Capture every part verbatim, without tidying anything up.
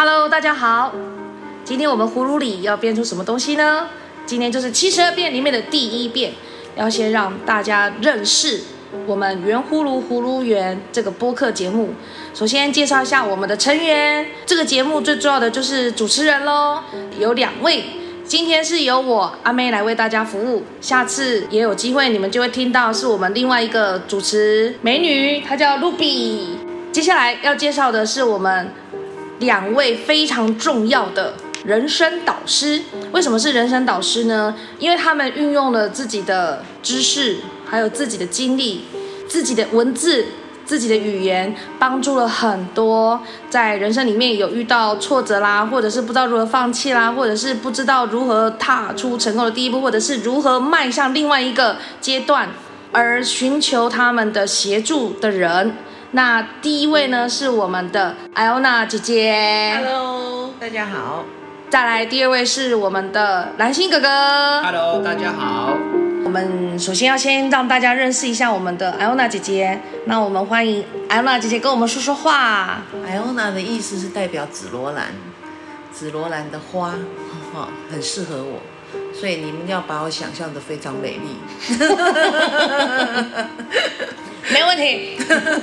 Hello， 大家好。今天我们葫芦里要变出什么东西呢？今天就是七十二变里面的第一变，要先让大家认识我们圆葫芦葫芦圆这个播客节目。首先介绍一下我们的成员。这个节目最重要的就是主持人咯，有两位。今天是由我阿妹来为大家服务，下次也有机会你们就会听到是我们另外一个主持美女，她叫 Ruby。接下来要介绍的是我们两位非常重要的人生导师。为什么是人生导师呢？因为他们运用了自己的知识，还有自己的经历、自己的文字、自己的语言，帮助了很多在人生里面有遇到挫折啦，或者是不知道如何放弃啦，或者是不知道如何踏出成功的第一步，或者是如何迈向另外一个阶段而寻求他们的协助的人。那第一位呢是我们的艾欧娜姐姐 ，Hello， 大家好。 再来第二位是我们的蓝星哥哥 ，Hello， 大家好。 我们首先要先让大家认识一下我们的艾欧娜姐姐。那我们欢迎艾欧娜姐姐跟我们说说话。 艾欧娜的意思是代表紫罗兰，紫罗兰的花，哦，很适合我，所以你们要把我想象的非常美丽。 没问题。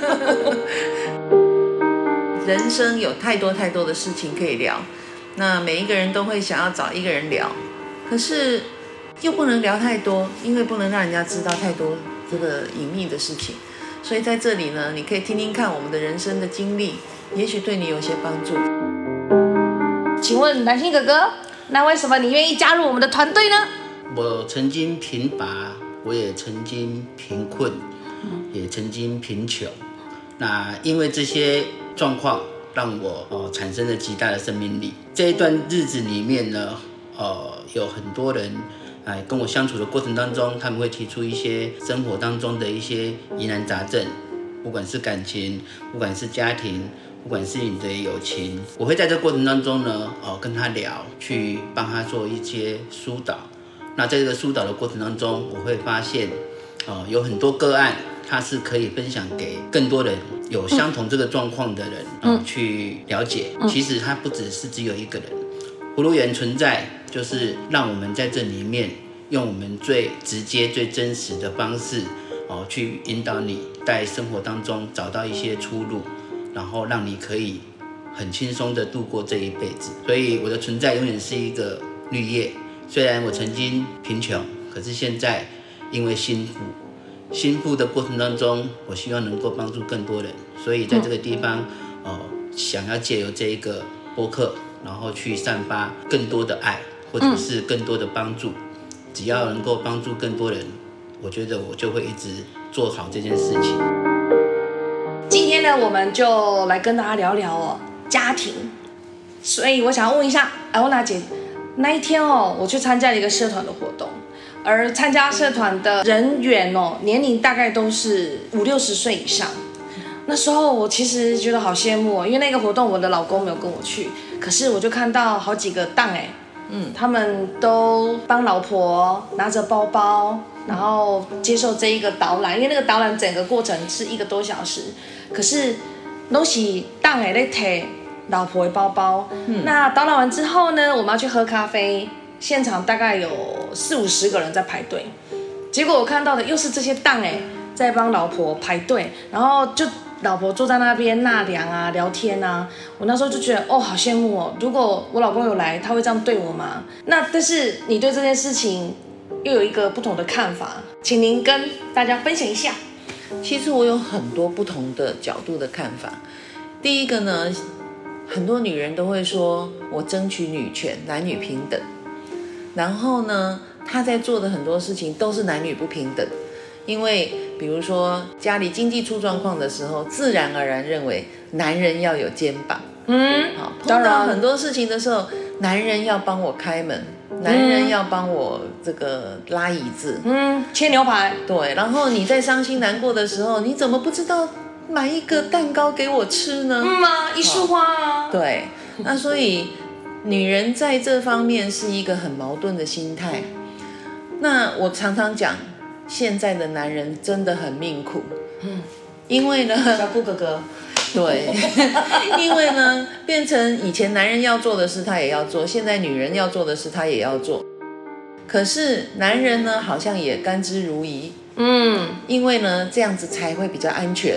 人生有太多太多的事情可以聊，那每一个人都会想要找一个人聊，可是又不能聊太多，因为不能让人家知道太多这个隐秘的事情。所以在这里呢，你可以听听看我们的人生的经历，也许对你有些帮助。 请问蓝星哥哥，那为什么你愿意加入我们的团队呢？ 我曾经贫乏，我也曾经贫困，也曾经贫穷。那因为这些状况，让我、呃、产生了极大的生命力。这一段日子里面呢，呃，有很多人来跟我相处的过程当中，他们会提出一些生活当中的一些疑难杂症，不管是感情，不管是家庭，不管是你的友情，我会在这个过程当中呢，呃，跟他聊，去帮他做一些疏导。那在这个疏导的过程当中，我会发现，呃，有很多个案，它是可以分享给更多人有相同这个状况的人、呃嗯、去了解。其实它不只是只有一个人，葫芦缘存在，就是让我们在这里面用我们最直接、最真实的方式，哦，去引导你在生活当中找到一些出路，然后让你可以很轻松的度过这一辈子。所以我的存在永远是一个绿叶。虽然我曾经贫穷，可是现在因为心富，心富的过程当中，我希望能够帮助更多人。所以在这个地方，呃，想要借由这一个播客，然后去散发更多的爱，或者是更多的帮助。只要能够帮助更多人，我觉得我就会一直做好这件事情。 今天呢，我们就来跟大家聊聊哦家庭。所以我想要问一下艾欧娜姐，那一天哦，我去参加了一个社团的活动，而参加社团的人员哦，年龄大概都是五六十岁以上。那时候我其实觉得好羡慕哦，因为那个活动我的老公没有跟我去，可是我就看到好几个档哎，嗯，他们都帮老婆拿着包包，然后接受这一个导览，因为那个导览整个过程是一个多小时，可是都是档哎在提老婆的包包。嗯，那导览完之后呢，我们要去喝咖啡，现场大概有四五十个人在排队，结果我看到的又是这些档哎在帮老婆排队，然后就老婆坐在那边纳凉啊聊天啊，我那时候就觉得哦好羡慕哦，如果我老公有来他会这样对我吗？那但是你对这件事情又有一个不同的看法，请您跟大家分享一下。 其实我有很多不同的角度的看法。第一个呢，很多女人都会说我争取女权，男女平等，然后呢她在做的很多事情都是男女不平等，因为比如说家里经济出状况的时候，自然而然认为男人要有肩膀，嗯，好，碰到很多事情的时候，男人要帮我开门，男人要帮我这个拉椅子， 嗯，切牛排， 对，然后你在伤心难过的时候，你怎么不知道买一个蛋糕给我吃呢？ 嗯啊，一束花啊， 对，那所以女人在这方面是一个很矛盾的心态。那我常常讲，现在的男人真的很命苦，嗯，因为呢， 小顾哥哥， 对，因为呢，变成以前男人要做的事他也要做，现在女人要做的事他也要做。可是男人呢，好像也甘之如饴。嗯，因为呢，这样子才会比较安全，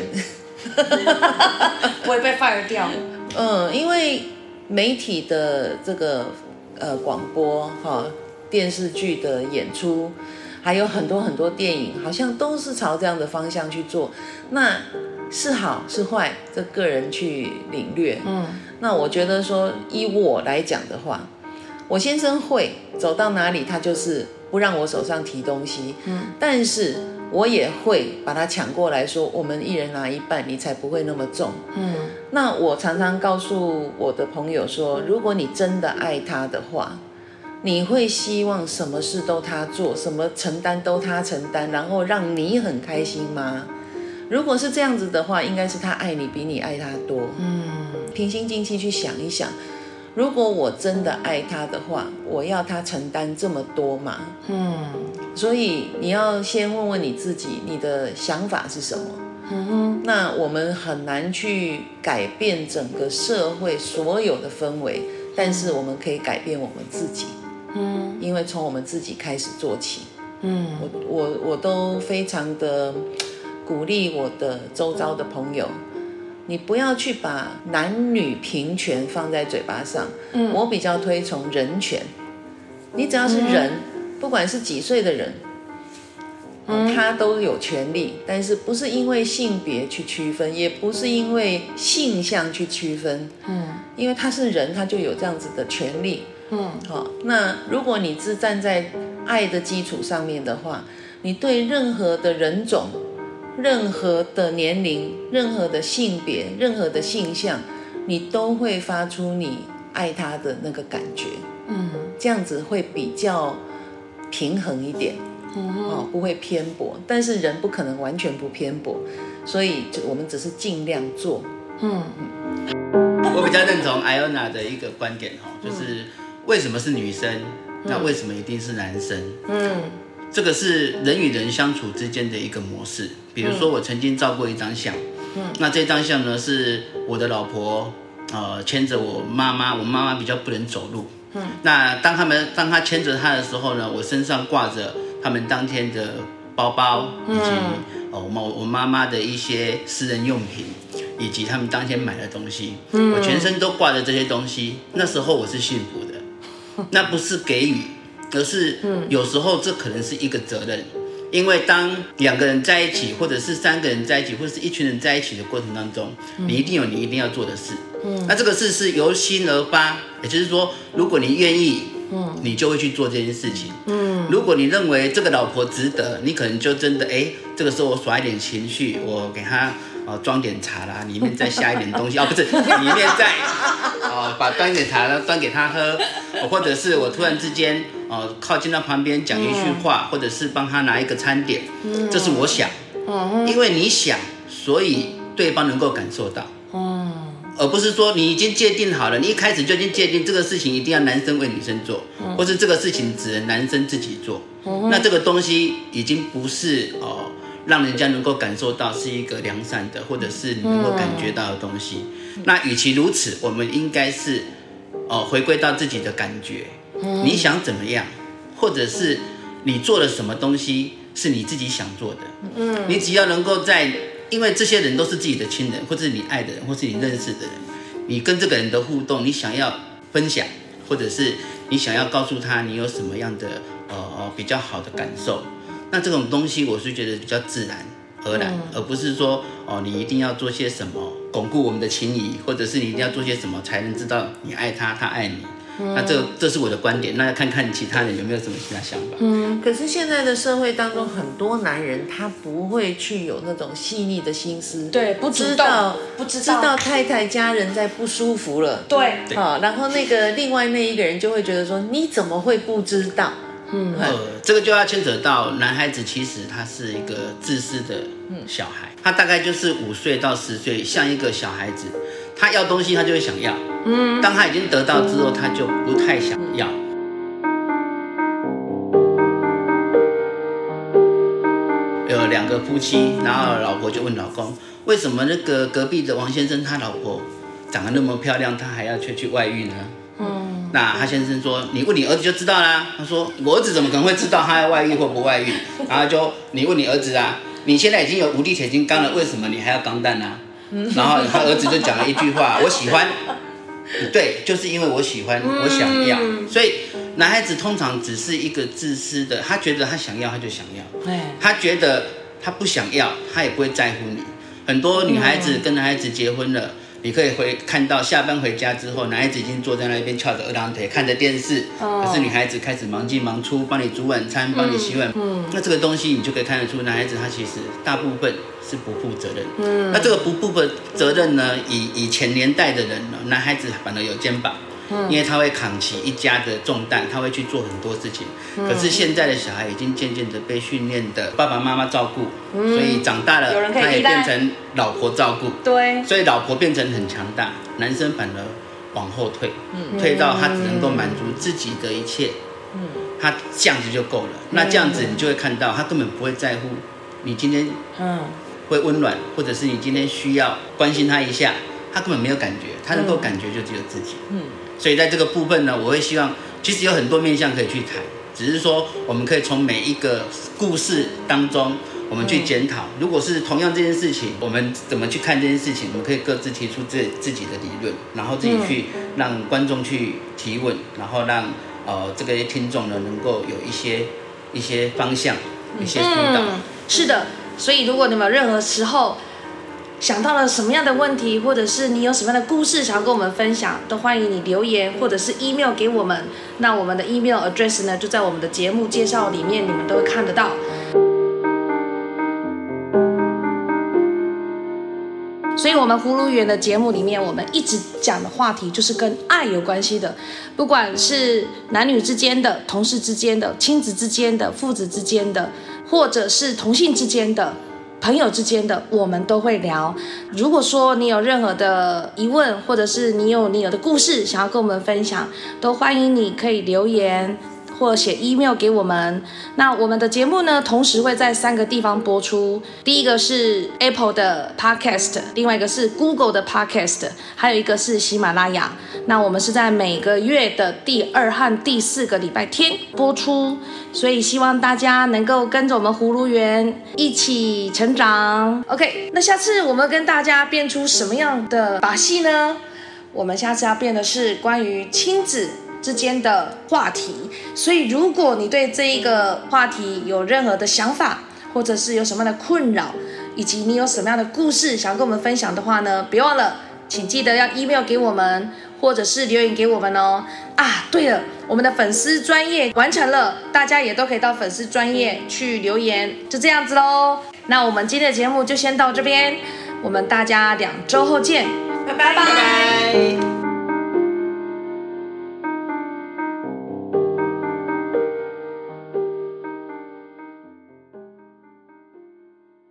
不会被 fire 掉。 嗯，因为媒体的这个呃广播哈、电视剧的演出，还有很多很多电影，好像都是朝这样的方向去做。那是好是坏，这个人去领略。嗯，那我觉得说，以我来讲的话，我先生会走到哪里，他就是不让我手上提东西。嗯，但是我也会把它抢过来说，我们一人拿一半，你才不会那么重。嗯，那我常常告诉我的朋友说，如果你真的爱他的话，你会希望什么事都他做，什么承担都他承担，然后让你很开心吗？如果是这样子的话，应该是他爱你比你爱他多。嗯，平心静气去想一想，如果我真的爱他的话，我要他承担这么多吗？嗯，所以你要先问问你自己，你的想法是什么？嗯哼，那我们很难去改变整个社会所有的氛围，但是我们可以改变我们自己。嗯，因为从我们自己开始做起。嗯，我我我都非常的鼓励我的周遭的朋友，你不要去把男女平权放在嘴巴上。嗯，我比较推崇人权。你只要是人，嗯、不管是几岁的人，嗯、他都有权利，但是不是因为性别去区分，也不是因为性向去区分。嗯，因为他是人，他就有这样子的权利。嗯，好，那如果你是站在爱的基础上面的话，你对任何的人种、任何的年龄、任何的性别、任何的性向，你都会发出你爱他的那个感觉。嗯，这样子会比较平衡一点。嗯，哦，不会偏颇，但是人不可能完全不偏颇，所以就我们只是尽量做。嗯， 我比较认同艾欧娜的一个观点哈，就是为什么是女生，那为什么一定是男生？嗯，这个是人与人相处之间的一个模式。比如说，我曾经照过一张相，嗯，那这张相呢是我的老婆，呃，牵着我妈妈，我妈妈比较不能走路。嗯，那当他们当他牵着她的时候呢，我身上挂着他们当天的包包，以及、嗯哦、我我妈妈的一些私人用品，以及他们当天买的东西，嗯、我全身都挂着这些东西。那时候我是幸福的，那不是给予，而是有时候这可能是一个责任。因为当两个人在一起，或者是三个人在一起，或者是一群人在一起的过程当中，你一定有你一定要做的事。嗯、那这个事是由心而发，也就是说，如果你愿意，嗯、你就会去做这件事情。嗯、如果你认为这个老婆值得，你可能就真的哎，这个时候我耍一点情绪，我给她哦装点茶啦，里面再下一点东西哦，不是，里面再哦把端点茶端给她喝，或者是我突然之间哦靠近到旁边讲一句话，嗯、或者是帮她拿一个餐点，嗯、这是我想，嗯、因为你想，所以对方能够感受到。嗯，而不是说你已经界定好了，你一开始就已经界定这个事情一定要男生为女生做，嗯、或是这个事情只能男生自己做，嗯、那这个东西已经不是哦让人家能够感受到是一个良善的，或者是你能够感觉到的东西。嗯、那与其如此，我们应该是哦回归到自己的感觉，嗯、你想怎么样，或者是你做了什么东西是你自己想做的，嗯、你只要能够在。因为这些人都是自己的亲人，或是你爱的人，或是你认识的人，你跟这个人的互动，你想要分享，或者是你想要告诉他你有什么样的呃比较好的感受，那这种东西我是觉得比较自然而然，嗯、而不是说哦你一定要做些什么巩固我们的情谊，或者是你一定要做些什么才能知道你爱他，他爱你。嗯、那这这是我的观点，那要看看其他人有没有什么其他想法。 嗯，可是现在的社会当中，很多男人他不会去有那种细腻的心思， 对，不知道不知道知道太太家人在不舒服了， 对， 好、哦，然后那个另外那一个人就会觉得说，你怎么会不知道？ 嗯，呃，这个就要牵扯到男孩子，其实他是一个自私的小孩，他大概就是五岁到十岁，像一个小孩子，他要东西他就会想要。嗯，当他已经得到之后，他就不太想要。有两个夫妻，然后老婆就问老公：“ 为什么那个隔壁的王先生他老婆长得那么漂亮，他还要去去外遇呢？嗯，那他先生说，你问你儿子就知道啦。他说，我儿子怎么可能会知道他要外遇或不外遇？然后就你问你儿子啊，你现在已经有无敌铁金刚了，为什么你还要钢弹啊？然后他儿子就讲了一句话，我喜欢。对，就是因为我喜欢，我想要，所以男孩子通常只是一个自私的，他觉得他想要他就想要，他觉得他不想要他也不会在乎你。很多女孩子跟男孩子结婚了，你可以回看到下班回家之后，男孩子已经坐在那边翘着二郎腿看着电视，可是女孩子开始忙进忙出，帮你煮晚餐，帮你洗碗。那这个东西你就可以看得出，男孩子他其实大部分是不负责任。嗯，那这个不负责任呢，以以前年代的人呢，男孩子反而有肩膀，嗯，因为他会扛起一家的重担，他会去做很多事情。嗯，可是现在的小孩已经渐渐的被训练的爸爸妈妈照顾，嗯，所以长大了他也变成老婆照顾。对，所以老婆变成很强大，男生反而往后退，嗯，退到他只能够满足自己的一切。嗯，他这样子就够了。那这样子你就会看到，他根本不会在乎你今天，嗯。会温暖，或者是你今天需要关心他一下，他根本没有感觉，他能够感觉就只有自己。嗯，所以在这个部分呢，我会希望，其实有很多面向可以去谈，只是说我们可以从每一个故事当中，我们去检讨，如果是同样这件事情，我们怎么去看这件事情，我们可以各自提出自自己的理论，然后自己去让观众去提问，然后让呃这个听众呢能够有一些一些方向，一些疏导。 嗯，是的。所以如果你们有任何时候想到了什么样的问题，或者是你有什么样的故事想要跟我们分享，都欢迎你留言或者是 email 给我们。那我们的 email address 呢，就在我们的节目介绍里面，你们都会看得到。所以我们葫芦园的节目里面，我们一直讲的话题就是跟爱有关系的，不管是男女之间的、同事之间的、亲子之间的、父子之间的，或者是同性之间的、朋友之间的，我们都会聊。如果说你有任何的疑问，或者是你有你有的故事想要跟我们分享，都欢迎你可以留言或写 email 给我们。那我们的节目呢，同时会在三个地方播出。第一个是 Apple 的 Podcast， 另外一个是 Google 的 Podcast， 还有一个是喜马拉雅。那我们是在每个月的第二和第四个礼拜天播出，所以希望大家能够跟着我们葫芦园一起成长。 OK， 那下次我们跟大家变出什么样的把戏呢？我们下次要变的是关于亲子之间的话题，所以如果你对这一个话题有任何的想法，或者是有什么样的困扰，以及你有什么样的故事想跟我们分享的话呢，别忘了请记得要 email 给我们，或者是留言给我们哦。啊，对了，我们的粉丝专页完成了，大家也都可以到粉丝专页去留言，就这样子咯。那我们今天的节目就先到这边，我们大家两周后见，拜拜拜拜。